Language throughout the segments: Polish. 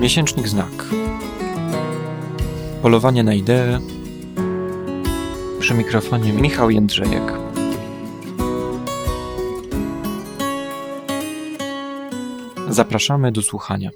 Miesięcznik Znak. Polowanie na ideę. Przy mikrofonie Michał Jędrzejek. Zapraszamy do słuchania.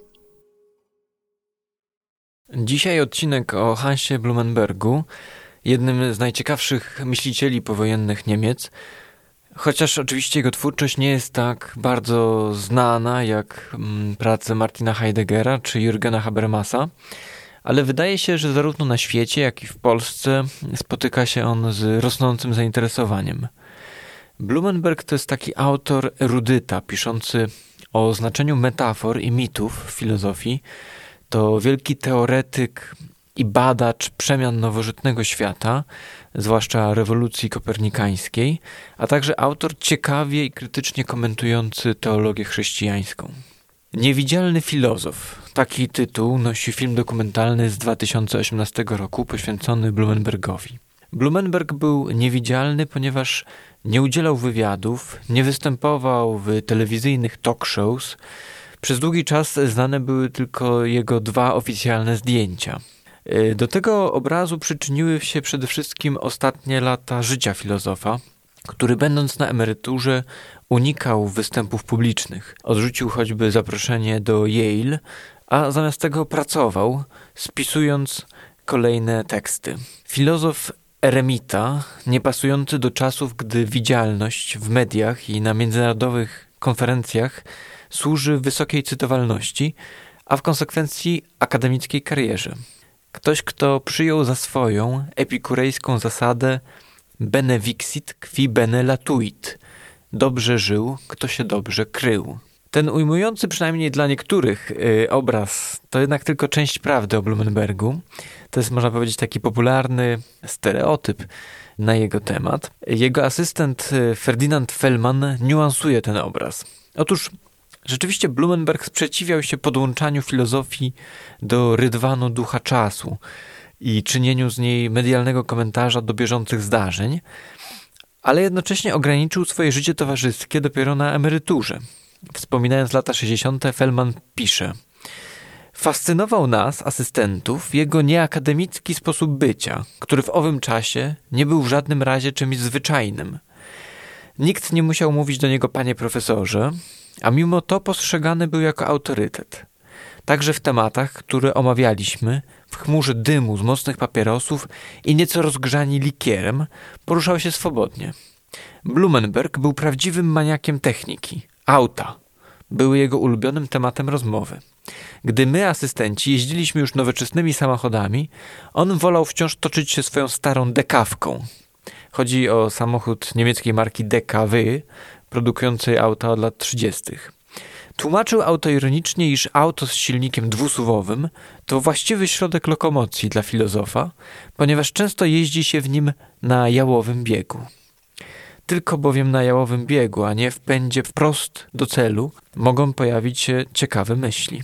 Dzisiaj odcinek o Hansie Blumenbergu, jednym z najciekawszych myślicieli powojennych Niemiec, chociaż oczywiście jego twórczość nie jest tak bardzo znana jak prace Martina Heideggera czy Jürgena Habermasa, ale wydaje się, że zarówno na świecie, jak i w Polsce spotyka się on z rosnącym zainteresowaniem. Blumenberg to jest taki autor erudyta, piszący o znaczeniu metafor i mitów w filozofii. To wielki teoretyk i badacz przemian nowożytnego świata, zwłaszcza rewolucji kopernikańskiej, a także autor ciekawie i krytycznie komentujący teologię chrześcijańską. Niewidzialny filozof. Taki tytuł nosi film dokumentalny z 2018 roku poświęcony Blumenbergowi. Blumenberg był niewidzialny, ponieważ nie udzielał wywiadów, nie występował w telewizyjnych talk shows. Przez długi czas znane były tylko jego 2 oficjalne zdjęcia. Do tego obrazu przyczyniły się przede wszystkim ostatnie lata życia filozofa, który będąc na emeryturze unikał występów publicznych. Odrzucił choćby zaproszenie do Yale, a zamiast tego pracował, spisując kolejne teksty. Filozof eremita, niepasujący do czasów, gdy widzialność w mediach i na międzynarodowych konferencjach służy wysokiej cytowalności, a w konsekwencji akademickiej karierze. Ktoś, kto przyjął za swoją epikurejską zasadę bene vixit qui bene latuit. Dobrze żył, kto się dobrze krył. Ten ujmujący przynajmniej dla niektórych obraz to jednak tylko część prawdy o Blumenbergu. To jest, można powiedzieć, taki popularny stereotyp na jego temat. Jego asystent Ferdinand Fellman niuansuje ten obraz. Otóż rzeczywiście Blumenberg sprzeciwiał się podłączaniu filozofii do rydwanu ducha czasu i czynieniu z niej medialnego komentarza do bieżących zdarzeń, ale jednocześnie ograniczył swoje życie towarzyskie dopiero na emeryturze. Wspominając lata 60., Fellman pisze: fascynował nas, asystentów, jego nieakademicki sposób bycia, który w owym czasie nie był w żadnym razie czymś zwyczajnym. Nikt nie musiał mówić do niego panie profesorze, a mimo to postrzegany był jako autorytet. Także w tematach, które omawialiśmy, w chmurze dymu z mocnych papierosów i nieco rozgrzani likierem, poruszał się swobodnie. Blumenberg był prawdziwym maniakiem techniki. Auta były jego ulubionym tematem rozmowy. Gdy my, asystenci, jeździliśmy już nowoczesnymi samochodami, on wolał wciąż toczyć się swoją starą dekawką. Chodzi o samochód niemieckiej marki DKW, produkującej auta od lat 30. Tłumaczył autoironicznie, iż auto z silnikiem dwusuwowym to właściwy środek lokomocji dla filozofa, ponieważ często jeździ się w nim na jałowym biegu. Tylko bowiem na jałowym biegu, a nie w pędzie wprost do celu, mogą pojawić się ciekawe myśli.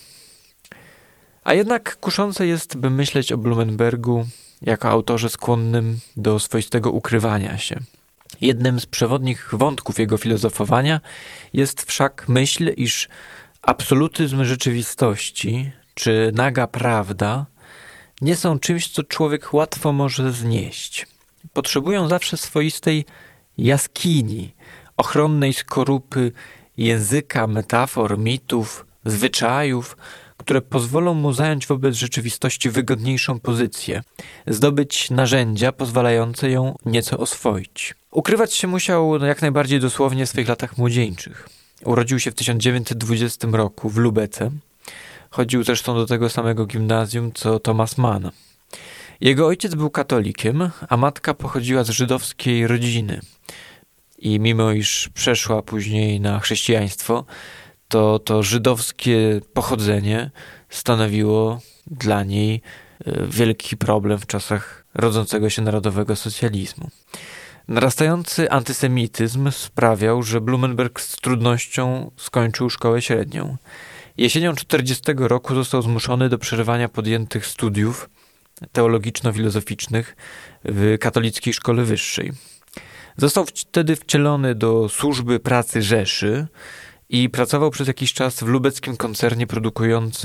A jednak kuszące jest, by myśleć o Blumenbergu jako autorze skłonnym do swoistego ukrywania się. Jednym z przewodnich wątków jego filozofowania jest wszak myśl, iż absolutyzm rzeczywistości czy naga prawda nie są czymś, co człowiek łatwo może znieść. Potrzebują zawsze swoistej jaskini, ochronnej skorupy języka, metafor, mitów, zwyczajów, które pozwolą mu zająć wobec rzeczywistości wygodniejszą pozycję, zdobyć narzędzia pozwalające ją nieco oswoić. Ukrywać się musiał jak najbardziej dosłownie w swych latach młodzieńczych. Urodził się w 1920 roku w Lubece. Chodził zresztą do tego samego gimnazjum co Thomas Mann. Jego ojciec był katolikiem, a matka pochodziła z żydowskiej rodziny. I mimo iż przeszła później na chrześcijaństwo, to żydowskie pochodzenie stanowiło dla niej wielki problem w czasach rodzącego się narodowego socjalizmu. Narastający antysemityzm sprawiał, że Blumenberg z trudnością skończył szkołę średnią. Jesienią 40 roku został zmuszony do przerwania podjętych studiów teologiczno-filozoficznych w katolickiej szkole wyższej. Został wtedy wcielony do służby pracy Rzeszy i pracował przez jakiś czas w lubeckim koncernie produkującym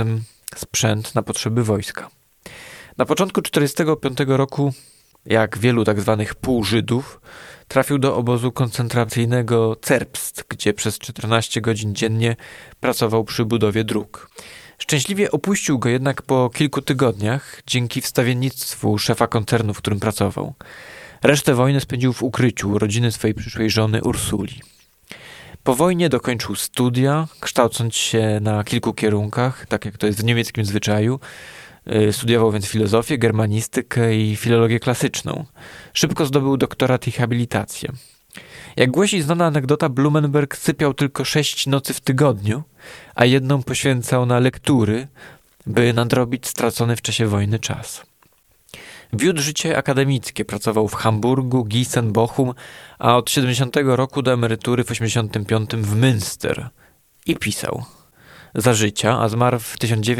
sprzęt na potrzeby wojska. Na początku 1945 roku, jak wielu tak zwanych półżydów, trafił do obozu koncentracyjnego Zerbst, gdzie przez 14 godzin dziennie pracował przy budowie dróg. Szczęśliwie opuścił go jednak po kilku tygodniach dzięki wstawiennictwu szefa koncernu, w którym pracował. Resztę wojny spędził w ukryciu u rodziny swojej przyszłej żony Ursuli. Po wojnie dokończył studia, kształcąc się na kilku kierunkach, tak jak to jest w niemieckim zwyczaju. Studiował więc filozofię, germanistykę i filologię klasyczną. Szybko zdobył doktorat i habilitację. Jak głosi znana anegdota, Blumenberg sypiał tylko 6 nocy w tygodniu, a jedną poświęcał na lektury, by nadrobić stracony w czasie wojny czas. Wiódł życie akademickie, pracował w Hamburgu, Gießen, Bochum, a od 70 roku do emerytury w 85 w Münster. I pisał. Za życia, a zmarł w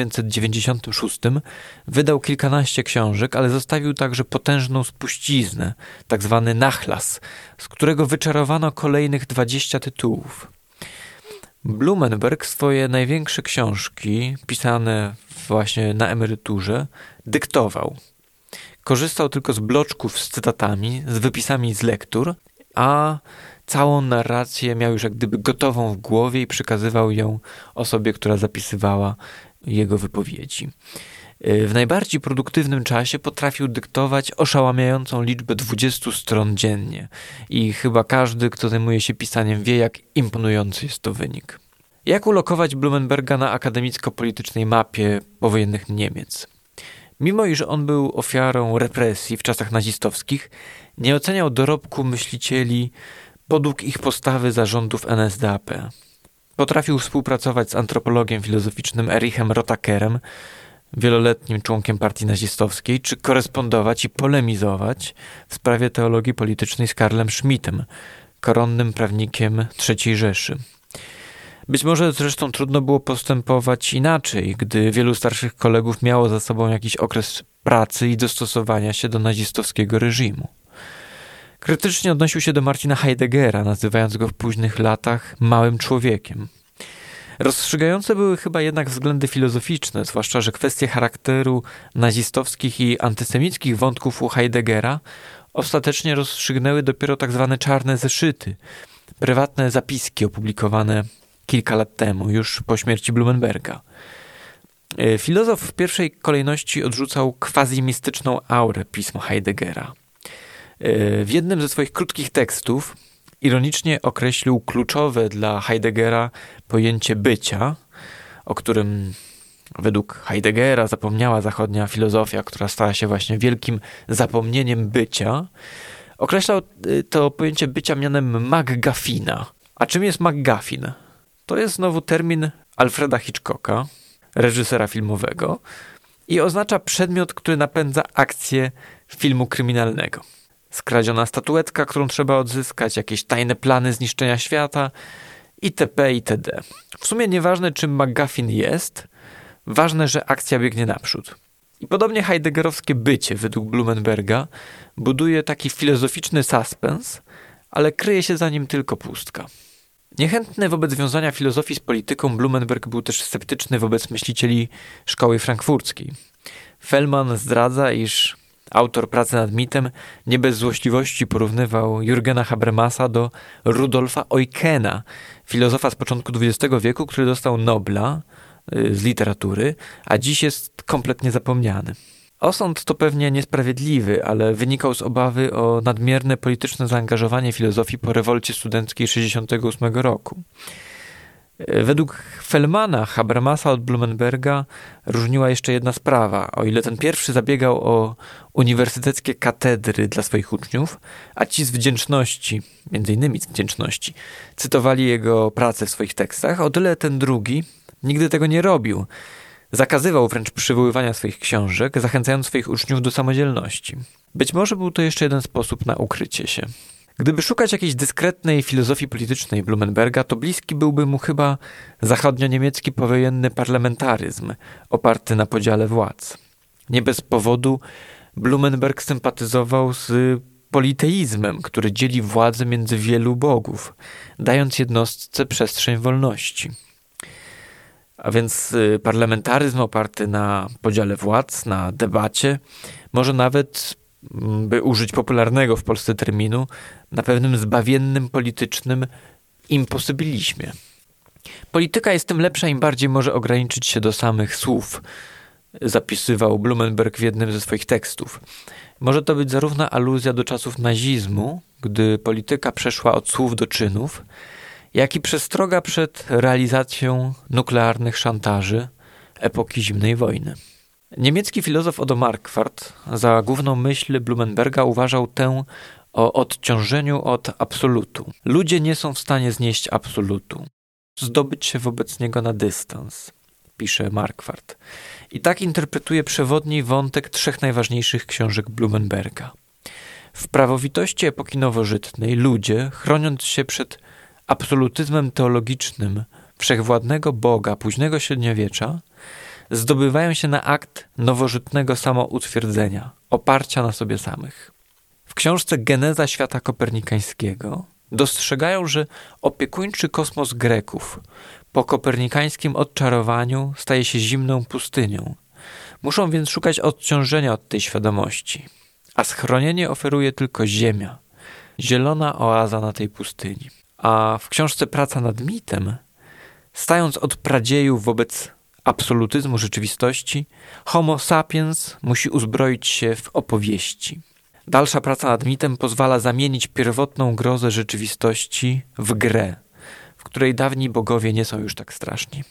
1996, wydał kilkanaście książek, ale zostawił także potężną spuściznę, tak zwany nachlas, z którego wyczarowano kolejnych 20 tytułów. Blumenberg swoje największe książki, pisane właśnie na emeryturze, dyktował. Korzystał tylko z bloczków z cytatami, z wypisami z lektur, a całą narrację miał już jak gdyby gotową w głowie i przekazywał ją osobie, która zapisywała jego wypowiedzi. W najbardziej produktywnym czasie potrafił dyktować oszałamiającą liczbę 20 stron dziennie i chyba każdy, kto zajmuje się pisaniem, wie, jak imponujący jest to wynik. Jak ulokować Blumenberga na akademicko-politycznej mapie powojennych Niemiec? Mimo iż on był ofiarą represji w czasach nazistowskich, nie oceniał dorobku myślicieli podług ich postawy za rządów NSDAP. Potrafił współpracować z antropologiem filozoficznym Erichem Rotakerem, wieloletnim członkiem partii nazistowskiej, czy korespondować i polemizować w sprawie teologii politycznej z Karlem Schmittem, koronnym prawnikiem III Rzeszy. Być może zresztą trudno było postępować inaczej, gdy wielu starszych kolegów miało za sobą jakiś okres pracy i dostosowania się do nazistowskiego reżimu. Krytycznie odnosił się do Martina Heideggera, nazywając go w późnych latach małym człowiekiem. Rozstrzygające były chyba jednak względy filozoficzne, zwłaszcza że kwestie charakteru nazistowskich i antysemickich wątków u Heideggera ostatecznie rozstrzygnęły dopiero tak zwane czarne zeszyty, prywatne zapiski opublikowane kilka lat temu, już po śmierci Blumenberga. Filozof w pierwszej kolejności odrzucał quasi-mistyczną aurę pism Heideggera. W jednym ze swoich krótkich tekstów ironicznie określił kluczowe dla Heideggera pojęcie bycia, o którym według Heideggera zapomniała zachodnia filozofia, która stała się właśnie wielkim zapomnieniem bycia. Określał to pojęcie bycia mianem MacGuffina. A czym jest MacGuffin? To jest znowu termin Alfreda Hitchcocka, reżysera filmowego, i oznacza przedmiot, który napędza akcję filmu kryminalnego. Skradziona statuetka, którą trzeba odzyskać, jakieś tajne plany zniszczenia świata, itp. itd. W sumie nieważne, czym MacGuffin jest, ważne, że akcja biegnie naprzód. I podobnie heideggerowskie bycie, według Blumenberga, buduje taki filozoficzny suspens, ale kryje się za nim tylko pustka. Niechętny wobec wiązania filozofii z polityką, Blumenberg był też sceptyczny wobec myślicieli szkoły frankfurckiej. Fellman zdradza, iż autor pracy nad mitem nie bez złośliwości porównywał Jürgena Habermasa do Rudolfa Eukena, filozofa z początku XX wieku, który dostał Nobla z literatury, a dziś jest kompletnie zapomniany. Osąd to pewnie niesprawiedliwy, ale wynikał z obawy o nadmierne polityczne zaangażowanie filozofii po rewolcie studenckiej 1968 roku. Według Fellmana Habermasa od Blumenberga różniła jeszcze jedna sprawa. O ile ten pierwszy zabiegał o uniwersyteckie katedry dla swoich uczniów, a ci z wdzięczności, między innymi z wdzięczności, cytowali jego pracę w swoich tekstach, o tyle ten drugi nigdy tego nie robił. Zakazywał wręcz przywoływania swoich książek, zachęcając swoich uczniów do samodzielności. Być może był to jeszcze jeden sposób na ukrycie się. Gdyby szukać jakiejś dyskretnej filozofii politycznej Blumenberga, to bliski byłby mu chyba zachodnio-niemiecki powojenny parlamentaryzm, oparty na podziale władz. Nie bez powodu Blumenberg sympatyzował z politeizmem, który dzieli władzę między wielu bogów, dając jednostce przestrzeń wolności. A więc parlamentaryzm oparty na podziale władz, na debacie, może nawet, by użyć popularnego w Polsce terminu, na pewnym zbawiennym politycznym imposybilizmie. Polityka jest tym lepsza, im bardziej może ograniczyć się do samych słów, zapisywał Blumenberg w jednym ze swoich tekstów. Może to być zarówno aluzja do czasów nazizmu, gdy polityka przeszła od słów do czynów, jak i przestroga przed realizacją nuklearnych szantaży epoki zimnej wojny. Niemiecki filozof Odo Marquardt za główną myśl Blumenberga uważał tę o odciążeniu od absolutu. Ludzie nie są w stanie znieść absolutu, zdobyć się wobec niego na dystans, pisze Marquardt. I tak interpretuje przewodni wątek 3 najważniejszych książek Blumenberga. W prawowitości epoki nowożytnej ludzie, chroniąc się przed absolutyzmem teologicznym wszechwładnego Boga późnego średniowiecza, zdobywają się na akt nowożytnego samoutwierdzenia, oparcia na sobie samych. W książce Geneza świata kopernikańskiego dostrzegają, że opiekuńczy kosmos Greków po kopernikańskim odczarowaniu staje się zimną pustynią. Muszą więc szukać odciążenia od tej świadomości, a schronienie oferuje tylko ziemia, zielona oaza na tej pustyni. A w książce Praca nad mitem, stając od pradziejów wobec absolutyzmu rzeczywistości, homo sapiens musi uzbroić się w opowieści. Dalsza praca nad mitem pozwala zamienić pierwotną grozę rzeczywistości w grę, w której dawni bogowie nie są już tak straszni.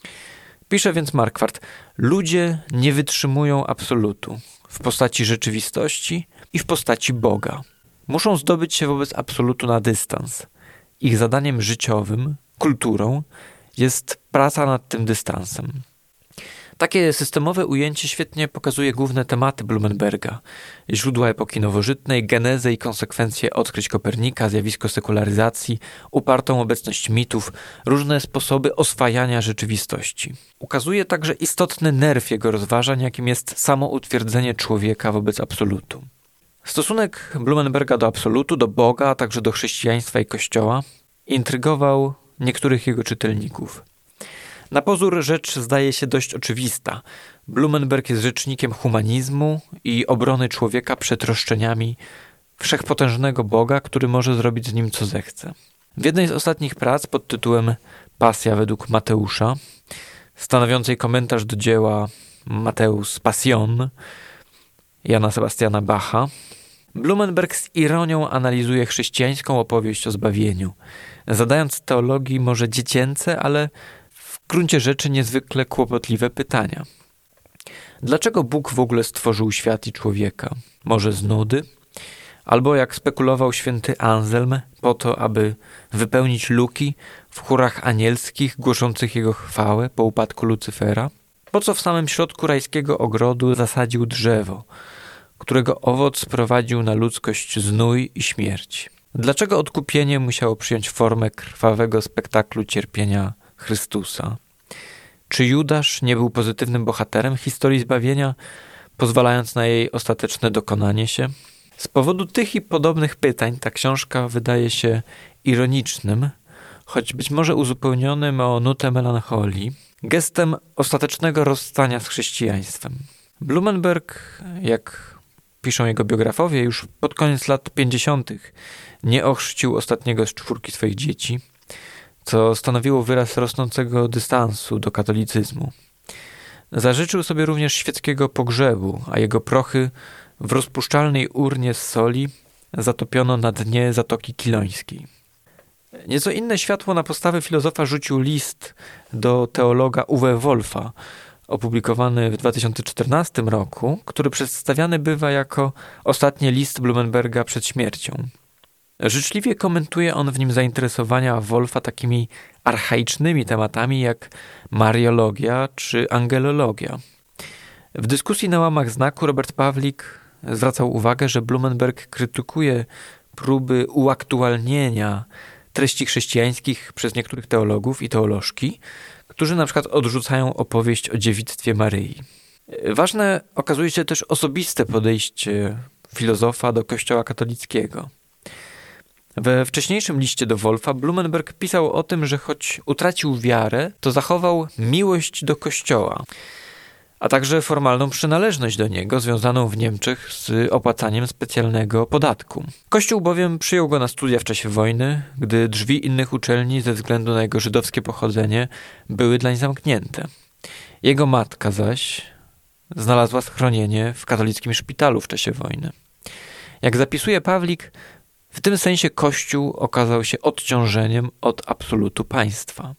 Pisze więc Marquardt, ludzie nie wytrzymują absolutu w postaci rzeczywistości i w postaci Boga. Muszą zdobyć się wobec absolutu na dystans. Ich zadaniem życiowym, kulturą, jest praca nad tym dystansem. Takie systemowe ujęcie świetnie pokazuje główne tematy Blumenberga. Źródła epoki nowożytnej, genezę i konsekwencje odkryć Kopernika, zjawisko sekularyzacji, upartą obecność mitów, różne sposoby oswajania rzeczywistości. Ukazuje także istotny nerw jego rozważań, jakim jest samoutwierdzenie człowieka wobec absolutu. Stosunek Blumenberga do absolutu, do Boga, a także do chrześcijaństwa i Kościoła intrygował niektórych jego czytelników. Na pozór rzecz zdaje się dość oczywista. Blumenberg jest rzecznikiem humanizmu i obrony człowieka przed roszczeniami wszechpotężnego Boga, który może zrobić z nim co zechce. W jednej z ostatnich prac pod tytułem Pasja według Mateusza, stanowiącej komentarz do dzieła Mateusz Passion Jana Sebastiana Bacha, Blumenberg z ironią analizuje chrześcijańską opowieść o zbawieniu, zadając teologii może dziecięce, ale w gruncie rzeczy niezwykle kłopotliwe pytania. Dlaczego Bóg w ogóle stworzył świat i człowieka? Może z nudy? Albo jak spekulował święty Anselm, po to, aby wypełnić luki w chórach anielskich głoszących jego chwałę po upadku Lucyfera? Po co w samym środku rajskiego ogrodu zasadził drzewo, którego owoc sprowadził na ludzkość znój i śmierć? Dlaczego odkupienie musiało przyjąć formę krwawego spektaklu cierpienia Chrystusa? Czy Judasz nie był pozytywnym bohaterem historii zbawienia, pozwalając na jej ostateczne dokonanie się? Z powodu tych i podobnych pytań ta książka wydaje się ironicznym, choć być może uzupełnionym o nutę melancholii, gestem ostatecznego rozstania z chrześcijaństwem. Blumenberg, jak piszą jego biografowie, już pod koniec lat 50. nie ochrzcił ostatniego z 4 swoich dzieci, co stanowiło wyraz rosnącego dystansu do katolicyzmu. Zażyczył sobie również świeckiego pogrzebu, a jego prochy w rozpuszczalnej urnie z soli zatopiono na dnie Zatoki Kilońskiej. Nieco inne światło na postawę filozofa rzucił list do teologa Uwe Wolfa, opublikowany w 2014 roku, który przedstawiany bywa jako ostatni list Blumenberga przed śmiercią. Życzliwie komentuje on w nim zainteresowania Wolfa takimi archaicznymi tematami jak mariologia czy angelologia. W dyskusji na łamach znaku Robert Pawlik zwracał uwagę, że Blumenberg krytykuje próby uaktualnienia treści chrześcijańskich przez niektórych teologów i teolożki, którzy na przykład odrzucają opowieść o dziewictwie Maryi. Ważne okazuje się też osobiste podejście filozofa do Kościoła katolickiego. We wcześniejszym liście do Wolfa Blumenberg pisał o tym, że choć utracił wiarę, to zachował miłość do Kościoła, a także formalną przynależność do niego, związaną w Niemczech z opłacaniem specjalnego podatku. Kościół bowiem przyjął go na studia w czasie wojny, gdy drzwi innych uczelni ze względu na jego żydowskie pochodzenie były dlań zamknięte. Jego matka zaś znalazła schronienie w katolickim szpitalu w czasie wojny. Jak zapisuje Pawlik, w tym sensie Kościół okazał się odciążeniem od absolutu państwa.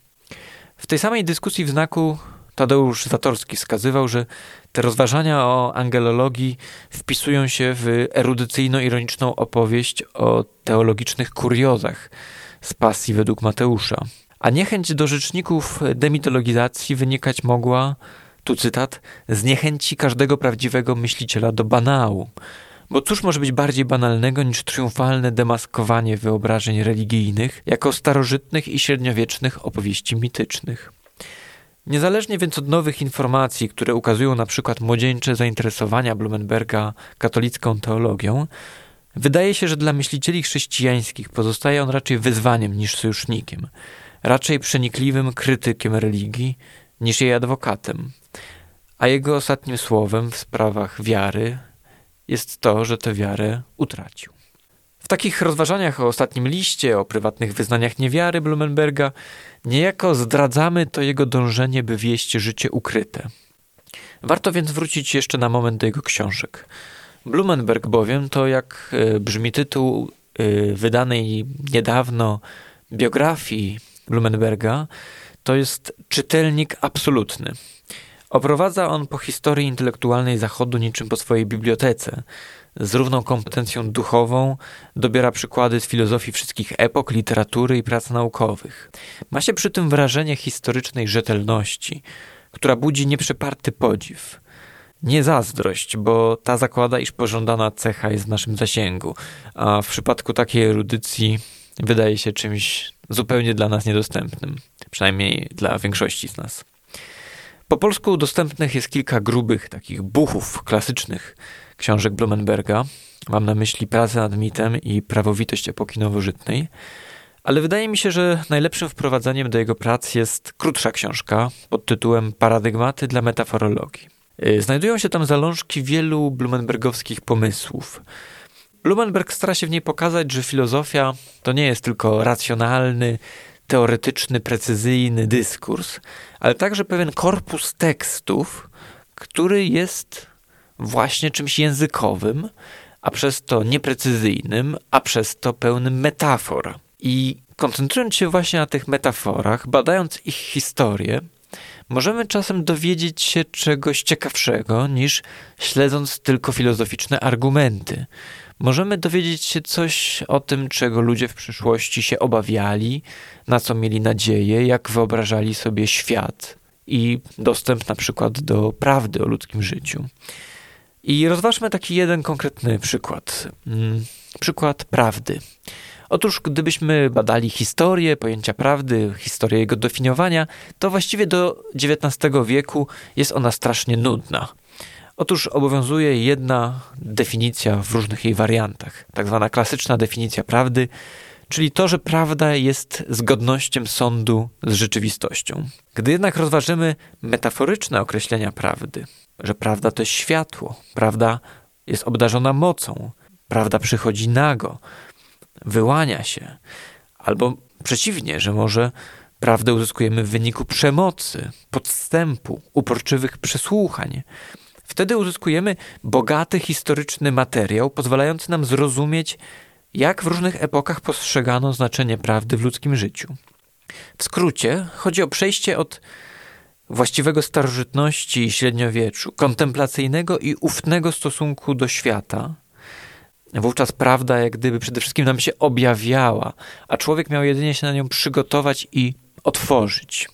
W tej samej dyskusji w Znaku Tadeusz Zatorski wskazywał, że te rozważania o angelologii wpisują się w erudycyjno-ironiczną opowieść o teologicznych kuriozach z Pasji według Mateusza. A niechęć do rzeczników demitologizacji wynikać mogła, tu cytat, z niechęci każdego prawdziwego myśliciela do banału. Bo cóż może być bardziej banalnego niż triumfalne demaskowanie wyobrażeń religijnych jako starożytnych i średniowiecznych opowieści mitycznych. Niezależnie więc od nowych informacji, które ukazują na przykład młodzieńcze zainteresowania Blumenberga katolicką teologią, wydaje się, że dla myślicieli chrześcijańskich pozostaje on raczej wyzwaniem niż sojusznikiem, raczej przenikliwym krytykiem religii niż jej adwokatem, a jego ostatnim słowem w sprawach wiary jest to, że tę wiarę utracił. W takich rozważaniach o ostatnim liście, o prywatnych wyznaniach niewiary Blumenberga niejako zdradzamy to jego dążenie, by wieść życie ukryte. Warto więc wrócić jeszcze na moment do jego książek. Blumenberg bowiem to, jak brzmi tytuł wydanej niedawno biografii Blumenberga, to jest czytelnik absolutny. Oprowadza on po historii intelektualnej Zachodu niczym po swojej bibliotece. Z równą kompetencją duchową dobiera przykłady z filozofii wszystkich epok, literatury i prac naukowych. Ma się przy tym wrażenie historycznej rzetelności, która budzi nieprzeparty podziw. Nie zazdrość, bo ta zakłada, iż pożądana cecha jest w naszym zasięgu, a w przypadku takiej erudycji wydaje się czymś zupełnie dla nas niedostępnym, przynajmniej dla większości z nas. Po polsku dostępnych jest kilka grubych, takich buchów klasycznych książek Blumenberga. Mam na myśli Pracę nad mitem i Prawowitość epoki nowożytnej. Ale wydaje mi się, że najlepszym wprowadzeniem do jego prac jest krótsza książka pod tytułem Paradygmaty dla metaforologii. Znajdują się tam zalążki wielu blumenbergowskich pomysłów. Blumenberg stara się w niej pokazać, że filozofia to nie jest tylko racjonalny, teoretyczny, precyzyjny dyskurs, ale także pewien korpus tekstów, który jest właśnie czymś językowym, a przez to nieprecyzyjnym, a przez to pełnym metafor. I koncentrując się właśnie na tych metaforach, badając ich historię, możemy czasem dowiedzieć się czegoś ciekawszego niż śledząc tylko filozoficzne argumenty. Możemy dowiedzieć się coś o tym, czego ludzie w przyszłości się obawiali, na co mieli nadzieję, jak wyobrażali sobie świat i dostęp na przykład do prawdy o ludzkim życiu. I rozważmy taki jeden konkretny przykład. Przykład prawdy. Otóż gdybyśmy badali historię pojęcia prawdy, historię jego definiowania, to właściwie do XIX wieku jest ona strasznie nudna. Otóż obowiązuje jedna definicja w różnych jej wariantach, tak zwana klasyczna definicja prawdy, czyli to, że prawda jest zgodnością sądu z rzeczywistością. Gdy jednak rozważymy metaforyczne określenia prawdy, że prawda to jest światło, prawda jest obdarzona mocą, prawda przychodzi nago, wyłania się, albo przeciwnie, że może prawdę uzyskujemy w wyniku przemocy, podstępu, uporczywych przesłuchań. Wtedy uzyskujemy bogaty historyczny materiał, pozwalający nam zrozumieć, jak w różnych epokach postrzegano znaczenie prawdy w ludzkim życiu. W skrócie chodzi o przejście od właściwego starożytności i średniowieczu, kontemplacyjnego i ufnego stosunku do świata. Wówczas prawda jak gdyby przede wszystkim nam się objawiała, a człowiek miał jedynie się na nią przygotować i otworzyć.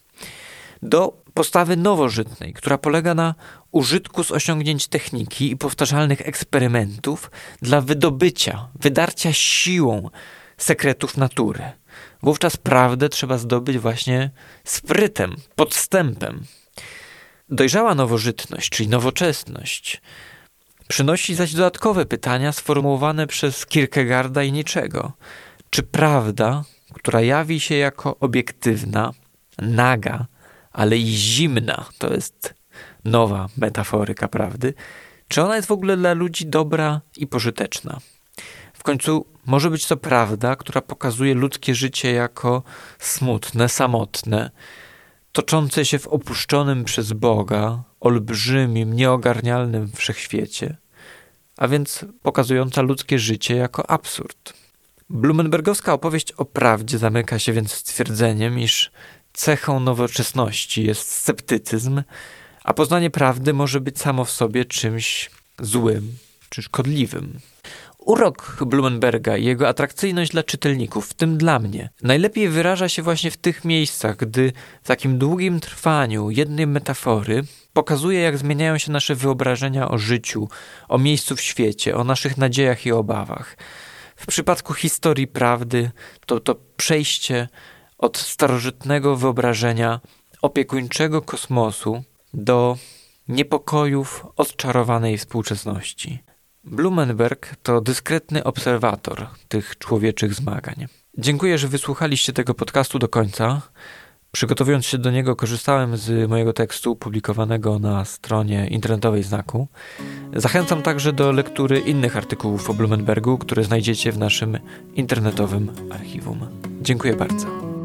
Do postawy nowożytnej, która polega na użytku z osiągnięć techniki i powtarzalnych eksperymentów dla wydarcia siłą sekretów natury. Wówczas prawdę trzeba zdobyć właśnie sprytem, podstępem. Dojrzała nowożytność, czyli nowoczesność, przynosi zaś dodatkowe pytania sformułowane przez Kierkegaarda i Nietzschego. Czy prawda, która jawi się jako obiektywna, naga, ale i zimna, to jest nowa metaforyka prawdy, czy ona jest w ogóle dla ludzi dobra i pożyteczna? W końcu może być to prawda, która pokazuje ludzkie życie jako smutne, samotne, toczące się w opuszczonym przez Boga, olbrzymim, nieogarnialnym wszechświecie, a więc pokazująca ludzkie życie jako absurd. Blumenbergowska opowieść o prawdzie zamyka się więc stwierdzeniem, iż cechą nowoczesności jest sceptycyzm, a poznanie prawdy może być samo w sobie czymś złym czy szkodliwym. Urok Blumenberga i jego atrakcyjność dla czytelników, w tym dla mnie, najlepiej wyraża się właśnie w tych miejscach, gdy w takim długim trwaniu jednej metafory pokazuje, jak zmieniają się nasze wyobrażenia o życiu, o miejscu w świecie, o naszych nadziejach i obawach. W przypadku historii prawdy to przejście od starożytnego wyobrażenia opiekuńczego kosmosu do niepokojów odczarowanej współczesności. Blumenberg to dyskretny obserwator tych człowieczych zmagań. Dziękuję, że wysłuchaliście tego podcastu do końca. Przygotowując się do niego, korzystałem z mojego tekstu publikowanego na stronie internetowej Znaku. Zachęcam także do lektury innych artykułów o Blumenbergu, które znajdziecie w naszym internetowym archiwum. Dziękuję bardzo.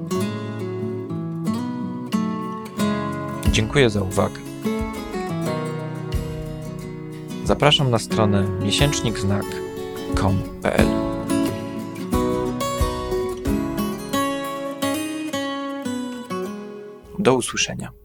Dziękuję za uwagę. Zapraszam na stronę miesięcznikznak.com.pl. Do usłyszenia.